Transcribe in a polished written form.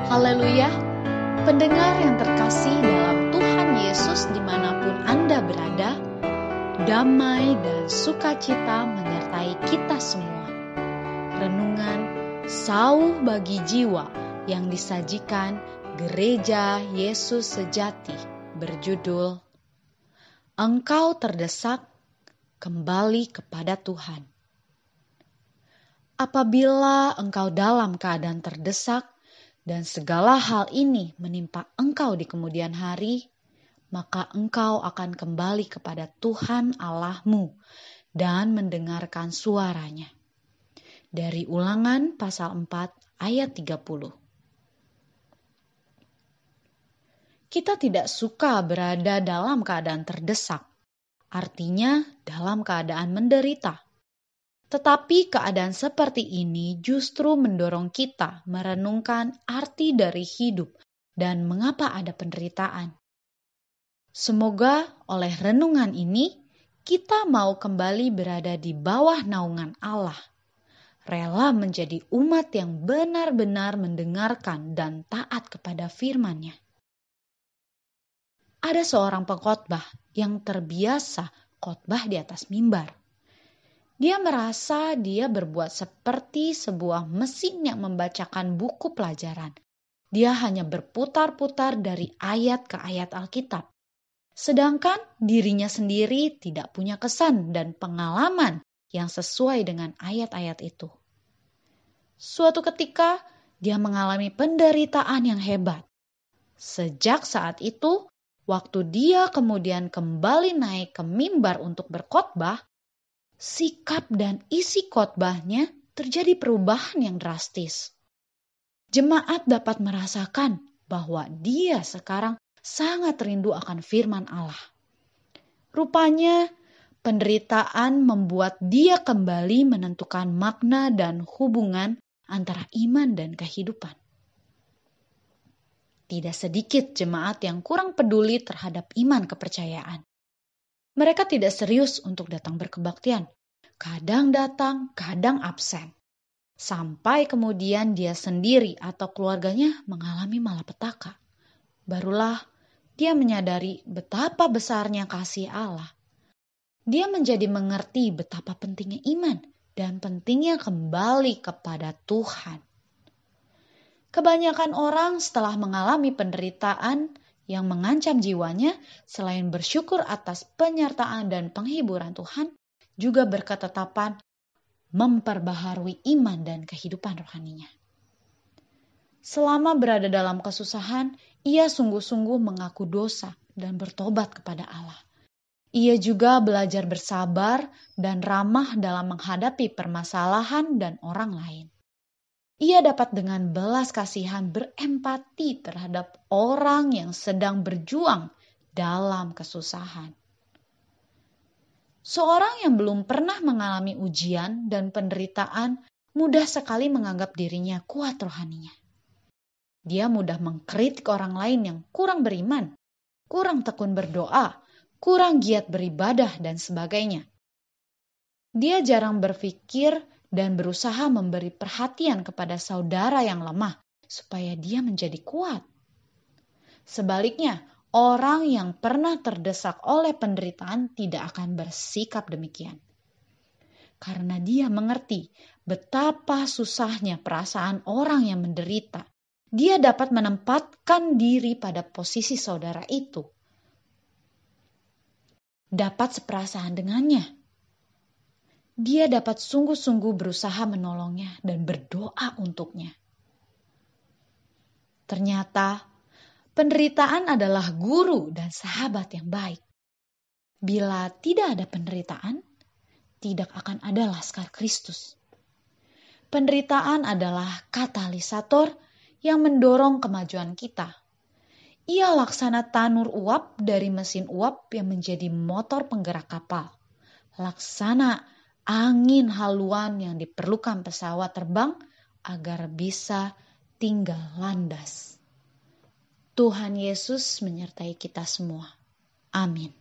Haleluya, pendengar yang terkasih dalam Tuhan Yesus dimanapun Anda berada, damai dan sukacita menyertai kita semua. Renungan Sauh bagi Jiwa yang disajikan Gereja Yesus Sejati berjudul Engkau Terdesak, Kembali kepada Tuhan. Apabila engkau dalam keadaan terdesak, dan segala hal ini menimpa engkau di kemudian hari, maka engkau akan kembali kepada Tuhan Allahmu dan mendengarkan suaranya. Dari Ulangan pasal 4 ayat 30. Kita tidak suka berada dalam keadaan terdesak, artinya dalam keadaan menderita. Tetapi keadaan seperti ini justru mendorong kita merenungkan arti dari hidup dan mengapa ada penderitaan. Semoga oleh renungan ini kita mau kembali berada di bawah naungan Allah, rela menjadi umat yang benar-benar mendengarkan dan taat kepada firman-Nya. Ada seorang pengkhotbah yang terbiasa khotbah di atas mimbar. Dia merasa dia berbuat seperti sebuah mesin yang membacakan buku pelajaran. Dia hanya berputar-putar dari ayat ke ayat Alkitab. Sedangkan dirinya sendiri tidak punya kesan dan pengalaman yang sesuai dengan ayat-ayat itu. Suatu ketika dia mengalami penderitaan yang hebat. Sejak saat itu, waktu dia kemudian kembali naik ke mimbar untuk berkhotbah, sikap dan isi khotbahnya terjadi perubahan yang drastis. Jemaat dapat merasakan bahwa dia sekarang sangat rindu akan firman Allah. Rupanya penderitaan membuat dia kembali menentukan makna dan hubungan antara iman dan kehidupan. Tidak sedikit jemaat yang kurang peduli terhadap iman kepercayaan. Mereka tidak serius untuk datang berkebaktian. Kadang datang, kadang absen. Sampai kemudian dia sendiri atau keluarganya mengalami malapetaka. Barulah dia menyadari betapa besarnya kasih Allah. Dia menjadi mengerti betapa pentingnya iman dan pentingnya kembali kepada Tuhan. Kebanyakan orang setelah mengalami penderitaan yang mengancam jiwanya, selain bersyukur atas penyertaan dan penghiburan Tuhan, juga berketetapan memperbaharui iman dan kehidupan rohaninya. Selama berada dalam kesusahan, ia sungguh-sungguh mengaku dosa dan bertobat kepada Allah. Ia juga belajar bersabar dan ramah dalam menghadapi permasalahan dan orang lain. Ia dapat dengan belas kasihan berempati terhadap orang yang sedang berjuang dalam kesusahan. Seorang yang belum pernah mengalami ujian dan penderitaan mudah sekali menganggap dirinya kuat rohaninya. Dia mudah mengkritik orang lain yang kurang beriman, kurang tekun berdoa, kurang giat beribadah, dan sebagainya. Dia jarang berpikir dan berusaha memberi perhatian kepada saudara yang lemah supaya dia menjadi kuat. Sebaliknya, orang yang pernah terdesak oleh penderitaan tidak akan bersikap demikian. Karena dia mengerti betapa susahnya perasaan orang yang menderita, dia dapat menempatkan diri pada posisi saudara itu. Dapat seperasaan dengannya. Dia dapat sungguh-sungguh berusaha menolongnya dan berdoa untuknya. Ternyata, penderitaan adalah guru dan sahabat yang baik. Bila tidak ada penderitaan, tidak akan ada laskar Kristus. Penderitaan adalah katalisator yang mendorong kemajuan kita. Ia laksana tanur uap dari mesin uap yang menjadi motor penggerak kapal. Laksana angin haluan yang diperlukan pesawat terbang agar bisa tinggal landas. Tuhan Yesus menyertai kita semua. Amin.